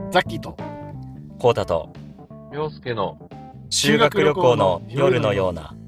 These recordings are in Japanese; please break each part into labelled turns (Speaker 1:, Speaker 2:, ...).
Speaker 1: ザッキーと
Speaker 2: コウタと
Speaker 3: 陽介の
Speaker 2: 修学旅行の夜のような。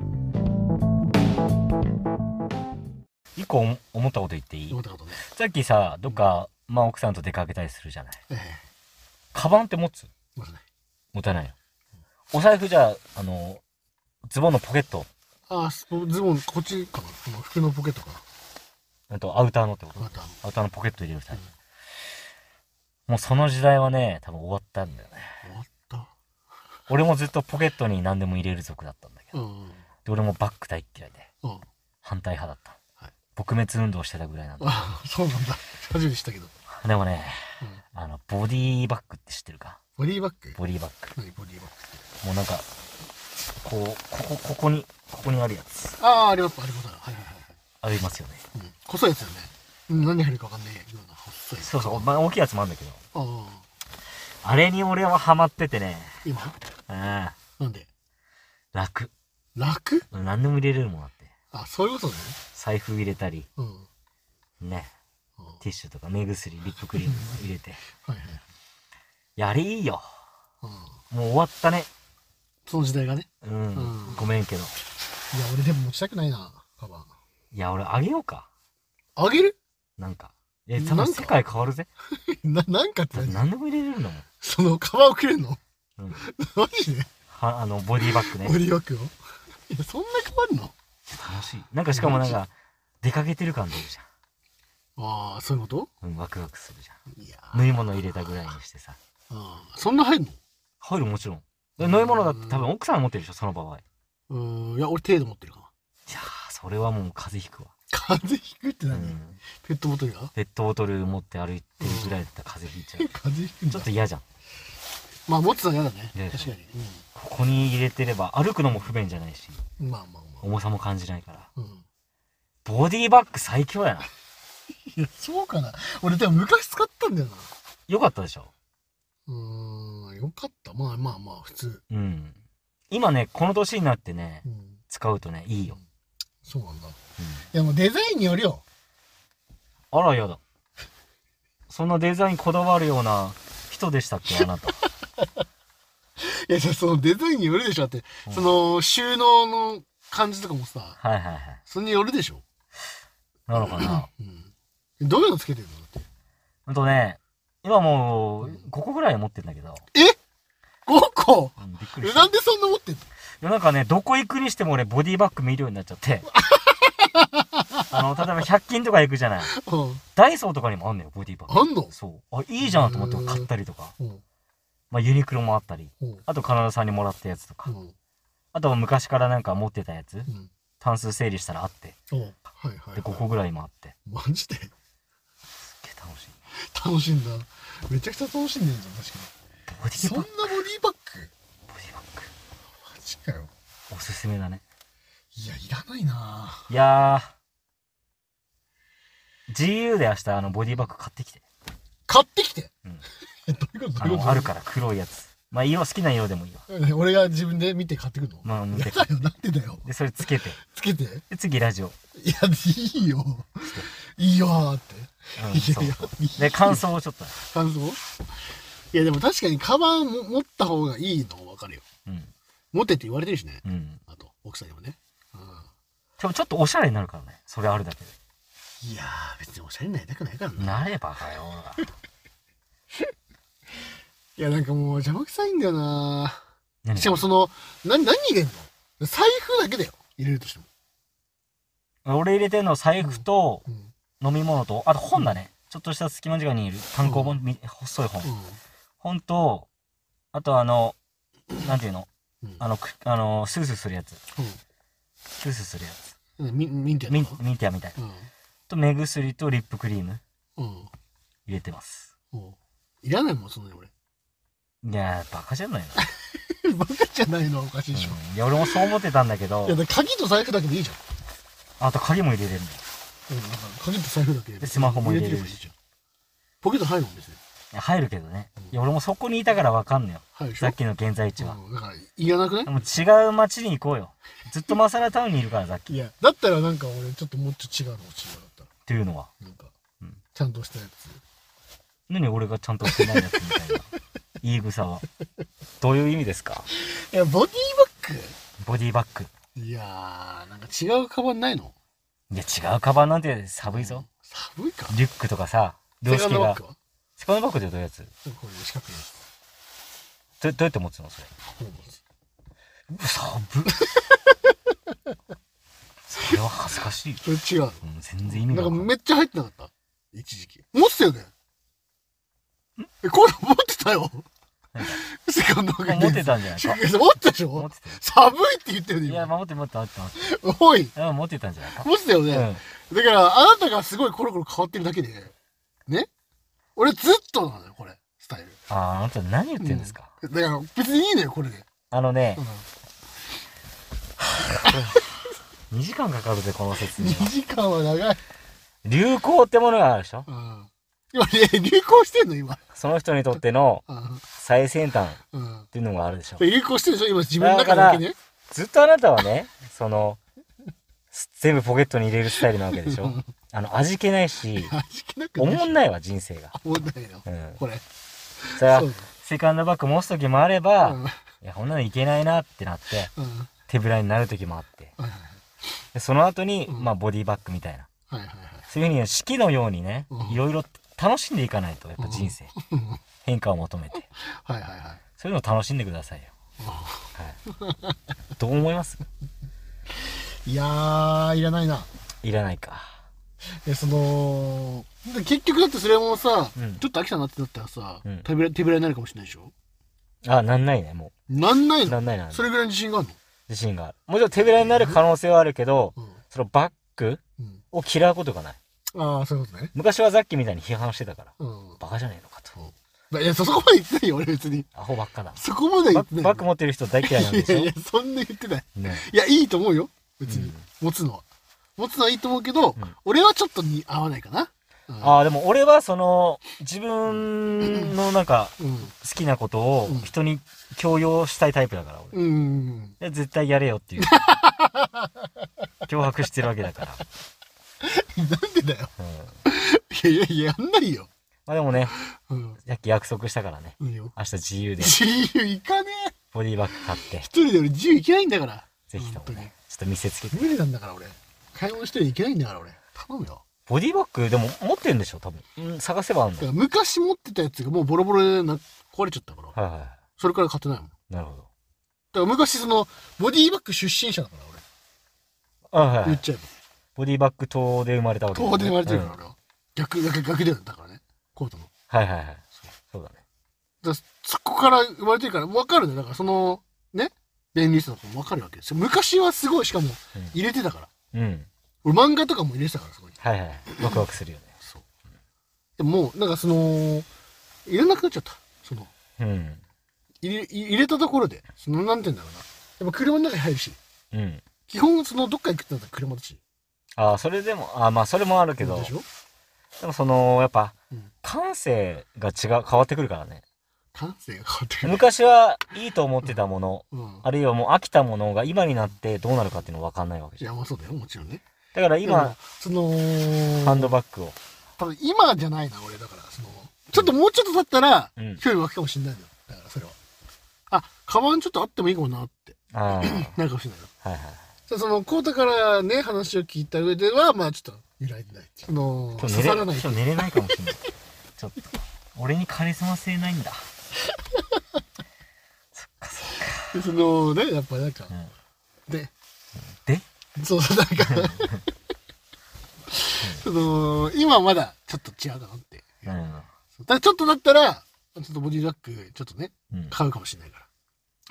Speaker 2: 一個思ったこと言っていい？
Speaker 1: 思ったことね。
Speaker 2: さっきさ、どっか、奥さんと出かけたりするじゃない。
Speaker 1: ええ、
Speaker 2: カバンって持つ？
Speaker 1: まだね。
Speaker 2: 持たないよ。お財布じゃあ、ズボンのポケット、
Speaker 1: ああ、ズボン、こっちかな。この服のポケットか
Speaker 2: アウターのってこと？
Speaker 1: な。また、
Speaker 2: アウターのポケット入れるタイプ。もうその時代はね、多分終わったんだよね。
Speaker 1: 終わった。
Speaker 2: 俺もずっとポケットに何でも入れる族だったんだけど。で、俺もバッグ大っ嫌いで、反対派だった。
Speaker 1: はい。
Speaker 2: 撲滅運動してたぐらいなんだ。
Speaker 1: ああ、そうなんだ。初めて知ったけど。
Speaker 2: でもね、ボディバッグって知ってるか？
Speaker 1: ボディバッグ？
Speaker 2: ボディバッグ。
Speaker 1: 何ボディバッグって。
Speaker 2: もうなんか、ここにあるやつ。
Speaker 1: ああ、あります、あります。はいはいはい。
Speaker 2: ありますよね。
Speaker 1: 細いやつよね。何入るかわかんないような細いやつ。
Speaker 2: そうそう、大きいやつもあるんだけど。
Speaker 1: あ
Speaker 2: あれに俺はハマっててね。
Speaker 1: 今？なんで？
Speaker 2: 楽。
Speaker 1: 楽？
Speaker 2: 何でも入れれるもんだって。
Speaker 1: あ、そういうことね。
Speaker 2: 財布入れたり、ね。
Speaker 1: うん。
Speaker 2: ティッシュとか目薬、リップクリーム入れて。
Speaker 1: はいはい。
Speaker 2: やれいいよ。もう終わったね。
Speaker 1: その時代がね。
Speaker 2: ごめんけど。いや、
Speaker 1: 俺でも持ちたくないな、カバン。
Speaker 2: いや、俺あげようか。
Speaker 1: あげる？
Speaker 2: なんか。多分世界変わるぜ。
Speaker 1: なんかって
Speaker 2: 何でも入れれるんだもん。
Speaker 1: そのカバンをくれるの？マジで？
Speaker 2: ボディバッグね。
Speaker 1: ボディバッグを？いや、そんな変わるの？
Speaker 2: 楽しい。なんかしかもなんか、出かけてる感出るじ
Speaker 1: ゃん。ああ、そういうこと？
Speaker 2: ワクワクするじゃん。
Speaker 1: いや
Speaker 2: 縫い物入れたぐらいにしてさ。
Speaker 1: そんな入るの？
Speaker 2: 入る、もちろん。縫い物だって多分奥さん持ってるでしょ、その場合。
Speaker 1: いや、俺程度持ってるかな。
Speaker 2: いやー、それはもう風邪ひくわ。
Speaker 1: 風邪ひくって何？ペットボトルが？
Speaker 2: ペットボトル持って歩いてるぐらいだったら風邪ひいちゃう。
Speaker 1: 風邪ひくんだ。
Speaker 2: ちょっと嫌じゃん。
Speaker 1: まあ持つのは嫌だね。確かに。
Speaker 2: ここに入れてれば歩くのも不便じゃないし。
Speaker 1: 重
Speaker 2: さも感じないから。ボディバッグ最強やな。
Speaker 1: いや、そうかな。俺でも昔使ったんだよな。
Speaker 2: よかったでしょ？
Speaker 1: よかった。まあ、普通。
Speaker 2: 今ね、この年になってね、使うとね、いいよ。
Speaker 1: そうなんだ。いや、もうデザインによるよ。
Speaker 2: あら、やだ。そんなデザインこだわるような人でしたっけ、あなた。い
Speaker 1: や、そのデザインによるでしょ。って、その収納の感じとかもさ。それによるでしょ。
Speaker 2: なのかな。
Speaker 1: どういうのつけてるの？
Speaker 2: ね、今もう5個ぐらい持ってんだけど。
Speaker 1: 5個？
Speaker 2: びっくりした。
Speaker 1: なんでそんな持ってんの？
Speaker 2: いや、なんかね、どこ行くにしても俺ボディバッグ見るようになっちゃって。例えば100均とか行くじゃない。ダイソーとかにもあんのよ、ボディバッグ。
Speaker 1: あんの？
Speaker 2: そう。いいじゃんと思って買ったりとか。ユニクロもあったり。あとカナダさんにもらったやつとか。あとは昔からなんか持ってたやつ。単数整理したらあって。で、5個ぐらいもあって。
Speaker 1: マジで？
Speaker 2: すっげえ楽しい。
Speaker 1: 楽しいんだ。めちゃくちゃ楽しんでんじゃん、確かに。そんなボディバッグ？
Speaker 2: ボディバッグ。
Speaker 1: マジかよ。
Speaker 2: おすすめだね。
Speaker 1: いや、いらないな。
Speaker 2: いやー、GU で明日ボディバッグ買ってきて。
Speaker 1: 買ってきて？どういうこと？
Speaker 2: あるから黒いやつ。色好きな色でもいい
Speaker 1: わ。俺が自分で見て買ってくるの？
Speaker 2: 見て。
Speaker 1: やだよ、なんでだよ。
Speaker 2: で、それつけて。で、次ラジオ。
Speaker 1: いや、いいよ。いいよーって。
Speaker 2: で、感想をちょっと。
Speaker 1: 感想？いや、でも確かにカバン持った方がいいの分かるよ。持ってって言われてるしね。あと、奥さんにもね。
Speaker 2: でもちょっとおしゃれになるからね。それあるだけで。
Speaker 1: いやー、別におしゃれになりたくないから
Speaker 2: な。なればかよ。
Speaker 1: いや、なんかもう邪魔くさいんだよな。しかも何入れんの？財布だけだよ。入れるとして
Speaker 2: も。俺入れてんの財布と、飲み物と、あと本だね。ちょっとした隙間時間にいる単行本、細い本。本と、あとなんていうの？スースーするやつ。スースーするやつ。
Speaker 1: ミンティア。
Speaker 2: ミンティアみたいな。と、目薬とリップクリーム。入れてます。
Speaker 1: いらないもん、そんなに俺。
Speaker 2: いやー、バカじゃない
Speaker 1: の？バカじゃないのおかしいでしょ。
Speaker 2: いや、俺もそう思ってたんだけど。
Speaker 1: いや、鍵と財布だけでいいじゃん。
Speaker 2: あと鍵も入れれるんだよ。
Speaker 1: 鍵と財布だけ
Speaker 2: で、スマホも入れれるし。
Speaker 1: ポケット入るもんですね。
Speaker 2: 入るけどね。いや、俺もそこにいたからわかんのよ。さっきの現在地は。
Speaker 1: だから、いらなくない？
Speaker 2: もう違う街に行こうよ。ずっとマサラタウンにいるから、さっき。
Speaker 1: いや、だったらなんか俺ちょっともっと違うの欲しいよ、だったら。
Speaker 2: っていうのは？
Speaker 1: なんか、ちゃんとしたやつ。
Speaker 2: 何俺がちゃんとしてないやつみたいな言い草は。どういう意味ですか？
Speaker 1: いや、ボディ
Speaker 2: ボディバッグ。
Speaker 1: いやー、なんか違うカバンないの？
Speaker 2: いや、違うカバンなんて寒いぞ。
Speaker 1: 寒いか。
Speaker 2: リュックとかさ、
Speaker 1: セカンドバッグは？
Speaker 2: セカンドバッグってどういうやつ？
Speaker 1: こういう四角いやつ。
Speaker 2: どうやって持つのそれ。寒っ。それは恥ずかしい。
Speaker 1: それ違う。
Speaker 2: 全然意味が
Speaker 1: なんかめっちゃ入ってなかった？一時期。持ってたよね。これ持ってたよ。セカンドバッグ。
Speaker 2: 持ってたんじゃないか。
Speaker 1: 持ってたでしょ？寒いって言ってるね。
Speaker 2: いや、持って。
Speaker 1: おい。
Speaker 2: 持ってたんじゃないか。
Speaker 1: 持ってたよね。だから、あなたがすごいコロコロ変わってるだけで、ね？俺ずっとなのよ、これ、スタイル。
Speaker 2: あなた何言ってんですか？
Speaker 1: だから別にいいのよ、これで。
Speaker 2: 2時間かかるぜ、この説明は。
Speaker 1: 2時間は長い。
Speaker 2: 流行ってものがあるでしょ？
Speaker 1: 今ね、流行してんの今。
Speaker 2: その人にとっての最先端っていうのがあるでしょ？
Speaker 1: 流行してるでしょ今自分の中だけね。
Speaker 2: ずっとあなたはね、全部ポケットに入れるスタイルなわけでしょ？味気ないし、おもんないわ、人生が。
Speaker 1: おもんないよ。これ。
Speaker 2: さあ、セカンドバッグ持つ時もあれば、いや、こんなのいけないなってなって、手ぶらになる時もあって。でその後に、ボディバッグみたいな。そういうふうに四季のようにね、いろいろ楽しんでいかないと、やっぱ人生。変化を求めて。そういうのを楽しんでくださいよ。どう思います？
Speaker 1: いやー、いらないな。
Speaker 2: いらないか。
Speaker 1: 結局だってそれもさ、ちょっと飽きたなってなったらさ、手ぶらになるかもしれないでしょ？
Speaker 2: なんないね、もう。
Speaker 1: なんないの？
Speaker 2: なんないな。
Speaker 1: それぐらいの自信があるの？
Speaker 2: 自信がある。もちろん手ぶらになる可能性はあるけど、そのバッグを嫌うことがない。
Speaker 1: ああ、そういうことね。
Speaker 2: 昔はザッキーみたいに批判してたから、バカじゃねえのかと。
Speaker 1: いや、そこまで言ってないよ、俺別に。
Speaker 2: アホばっかだ。
Speaker 1: そこまで言ってない。
Speaker 2: バッグ持ってる人大嫌いなんでしょ？
Speaker 1: いや、そんな言ってない。いや、いいと思うよ。別に。持つのはいいと思うけど、俺はちょっと合わないかな。
Speaker 2: でも俺は自分のなんか、好きなことを人に強要したいタイプだから、俺。絶対やれよっていう。脅迫してるわけだから。
Speaker 1: なんでだよ。いや、やんないよ。
Speaker 2: でもね、さっき約束したからね。明日自由で。
Speaker 1: 自由行かねえ。
Speaker 2: ボディバッグ買って。
Speaker 1: 一人で俺自由行けないんだから。
Speaker 2: ぜひともね、ちょっと見せつけて。
Speaker 1: 無理なんだから俺。買い物一人で行けないんだから俺。頼むよ。
Speaker 2: ボディバッグでも持ってるんでしょ多分。探せばあるの。
Speaker 1: 昔持ってたやつがもうボロボロで壊れちゃったから。それから買ってないもん。
Speaker 2: なるほど。だか
Speaker 1: ら昔ボディバッグ出身者だから俺。言っちゃえば。
Speaker 2: ボディバッグ島で生まれたわけ。
Speaker 1: 島で生まれてるから俺は。逆だよだからね。コートの。
Speaker 2: そうだね。
Speaker 1: そこから生まれてるから分かるね。だからね、便利さとかも分かるわけですよ。昔はすごいしかも入れてたから。俺漫画とかも入れてたから、そこに。
Speaker 2: ワクワクするよね。
Speaker 1: そう。でももう、なんか入れなくなっちゃった。入れたところで、なんて言うんだろうな。やっぱ車の中に入るし。基本、どっか行くってなったら車だし。
Speaker 2: それでも、それもあるけど。でしょ？でもやっぱ、感性が変わってくるからね。
Speaker 1: 感性が変わってくる。
Speaker 2: 昔はいいと思ってたもの、あるいはもう飽きたものが今になってどうなるかっていうの分かんないわけじゃん。
Speaker 1: いや、そうだよ、もちろんね。
Speaker 2: だから今、ハンドバッグを。
Speaker 1: 多分今じゃないな、俺。だから、ちょっともうちょっと経ったら、距離湧くかもしれないのよ。だからそれは。カバンちょっとあってもいいかもなって。なるかもしれないよ。コータからね、話を聞いた上では、ちょっと揺らいでないっていう。刺さらない。
Speaker 2: 今日寝れないかもしれない。ちょっと、俺にカリスマ性ないんだ。そっか。
Speaker 1: ね、やっぱなんか、でそう、なんか今はまだちょっと違うかなって。だからちょっとだったら、ちょっとボディバッグ、ちょっとね、買うかもしれないから。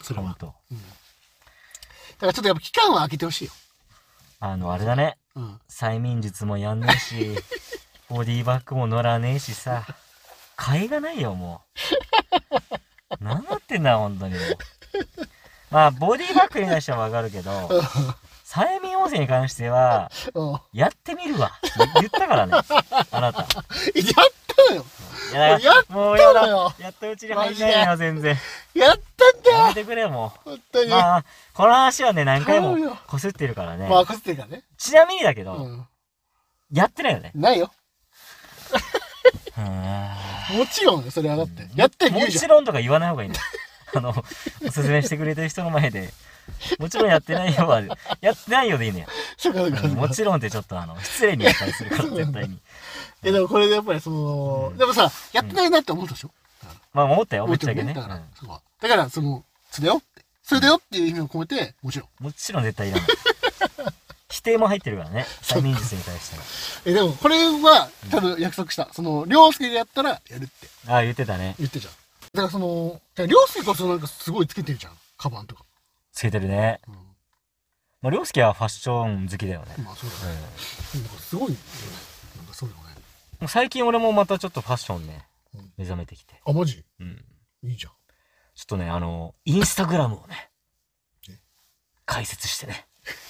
Speaker 1: それは。だからちょっとやっぱ期間は空けてほしいよ。
Speaker 2: あれだね。催眠術もやんねえし、ボディバッグも乗らねえしさ、買いがないよ、もう。何なってんだ、本当にもう。ボディバッグに関してはわかるけど、催眠温泉に関しては、やってみるわ。言ったからね。あなた。や
Speaker 1: ったのよ。
Speaker 2: やったのよ。やったうちに入んないよ、全然。
Speaker 1: やったんだよ。
Speaker 2: やめてくれよ、もう。
Speaker 1: 本当に。
Speaker 2: この話はね、何回もこすってるからね。
Speaker 1: こすってるからね。
Speaker 2: ちなみにだけど、やってないよね。
Speaker 1: ないよ。 もちろんそれはだって、やって
Speaker 2: もちろんとか言わない方がいいんだよ。おすすめしてくれてる人の前で、もちろんやってないよは、やってないよでいいね。もちろんってちょっと失礼にやったりするから、絶対に。
Speaker 1: でもこれでやっぱりでもさ、やってないなって思ったでしょ。
Speaker 2: まあ思ったよ、ぶっちゃけね。だ
Speaker 1: からそれだよって、それだよっていう意味を込めて、もちろん。
Speaker 2: もちろん絶対いらない。否定も入ってるからね、催眠術に対して
Speaker 1: の。でもこれは多分約束した。凌介がやったらやるって。
Speaker 2: ああ、言ってたね。
Speaker 1: 言ってたじゃん。だから凌介こそなんかすごいつけてるじゃん、カバンとか。
Speaker 2: つけてるね。まあ、凌介はファッション好きだよね。
Speaker 1: まあそうだね。すごいよね。なんかそういうのね。
Speaker 2: 最近俺もまたちょっとファッションね、目覚めてきて。
Speaker 1: あ、マジ？
Speaker 2: うん。
Speaker 1: いいじゃん。
Speaker 2: ちょっとね、インスタグラムをね、解説してね。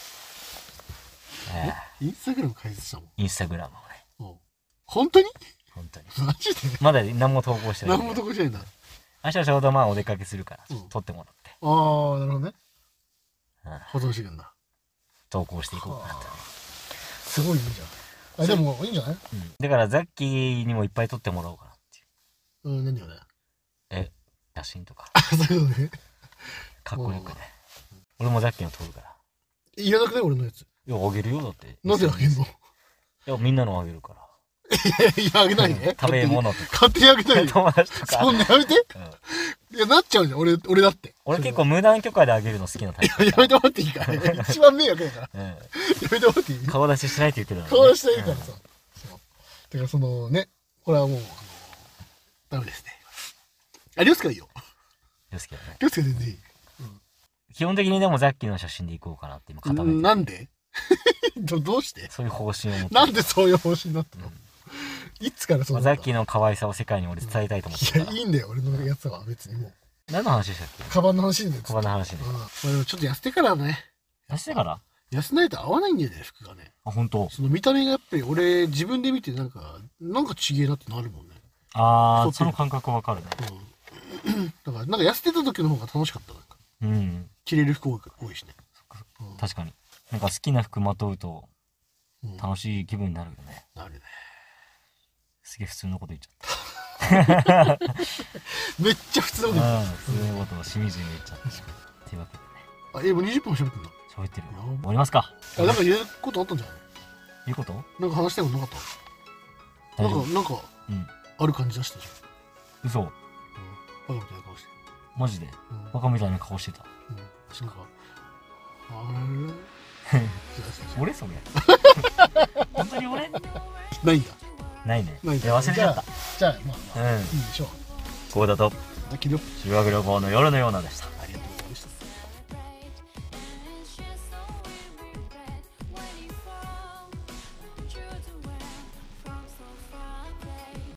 Speaker 1: インスタグラム解説したの？
Speaker 2: インスタグラムを
Speaker 1: ね。本当に？
Speaker 2: 本当に。
Speaker 1: マジで？
Speaker 2: まだ何も投稿してない。
Speaker 1: 何も投稿してないんだ。
Speaker 2: 明日ちょうどまあお出かけするから、撮ってもらって。
Speaker 1: ああ、なるほどね。保存していくんだ。
Speaker 2: 投稿していこうかなと。
Speaker 1: すごいいいじゃん。でもいいんじゃない？
Speaker 2: だからザッキーにもいっぱい撮ってもらおうかなっていう。
Speaker 1: 何をね。
Speaker 2: 写真とか。
Speaker 1: そういうのね。
Speaker 2: かっこよくね。俺もザッキーの撮るから。
Speaker 1: いらなくない？俺のやつ。
Speaker 2: いや、あげるよ、だって。
Speaker 1: なぜあげんの？い
Speaker 2: や、みんなのあげるから。
Speaker 1: いや、あげないね。
Speaker 2: 食べ物とか。
Speaker 1: 勝手にあげない
Speaker 2: 友達とか。
Speaker 1: そんなやめて。いや、なっちゃうじゃん、俺だって。
Speaker 2: 俺結構無断許可であげるの好きなタイプ。
Speaker 1: やめてもらっていいか。一番迷惑だから。やめてもらっていい？
Speaker 2: 顔出ししないって言ってるの。
Speaker 1: 顔出しないからさ。だからね、これはもう、ダメですね。あ、凌介はいいよ。
Speaker 2: 凌介はね。
Speaker 1: 凌介全然いい。
Speaker 2: 基本的にでもザッキーの写真でいこうかなって今固めて。
Speaker 1: なんで？どうして？
Speaker 2: そういう方針を持って。
Speaker 1: なんでそういう方針になったの？いつからそうなったの？
Speaker 2: ザッキーの可愛さを世界に俺伝えたいと思ってた。
Speaker 1: いや、いいんだよ、俺のやつは別にもう。
Speaker 2: 何の話でしたっけ？
Speaker 1: カバンの話で。
Speaker 2: カバンの話で。
Speaker 1: ちょっと痩せてからね。
Speaker 2: 痩せてから？
Speaker 1: 痩せないと合わないんだよね、服がね。
Speaker 2: あ、本当。
Speaker 1: 見た目がやっぱり俺自分で見てなんかちげえなってなるもんね。
Speaker 2: ああ、その感覚わかるね。
Speaker 1: だからなんか痩せてた時の方が楽しかった。なんか着れる服多いしね。
Speaker 2: 確かに。なんか好きな服まとうと楽しい気分になるよね。
Speaker 1: なるね。
Speaker 2: すげえ普通のこと言っちゃった。
Speaker 1: めっちゃ普通のこと言った。
Speaker 2: 普通のことをしみじみ言っちゃった。っていうわけでね。
Speaker 1: もう20分も喋ってんだ。
Speaker 2: 喋ってるよ。終わりますか。
Speaker 1: なんか言うことあったんじゃない？
Speaker 2: 言うこと？
Speaker 1: なんか話したいことなかった？なんかある感じ出したじ
Speaker 2: ゃん。嘘。
Speaker 1: バカみたいな顔して。
Speaker 2: マジで？バカみたいな顔してた。
Speaker 1: なんか
Speaker 2: 俺それ。本当に俺？
Speaker 1: ないんだ。
Speaker 2: ないね。いや忘れちゃった。
Speaker 1: じゃあまあいいでしょう。
Speaker 2: こうだと
Speaker 1: 修
Speaker 2: 学旅行の夜のようなでした。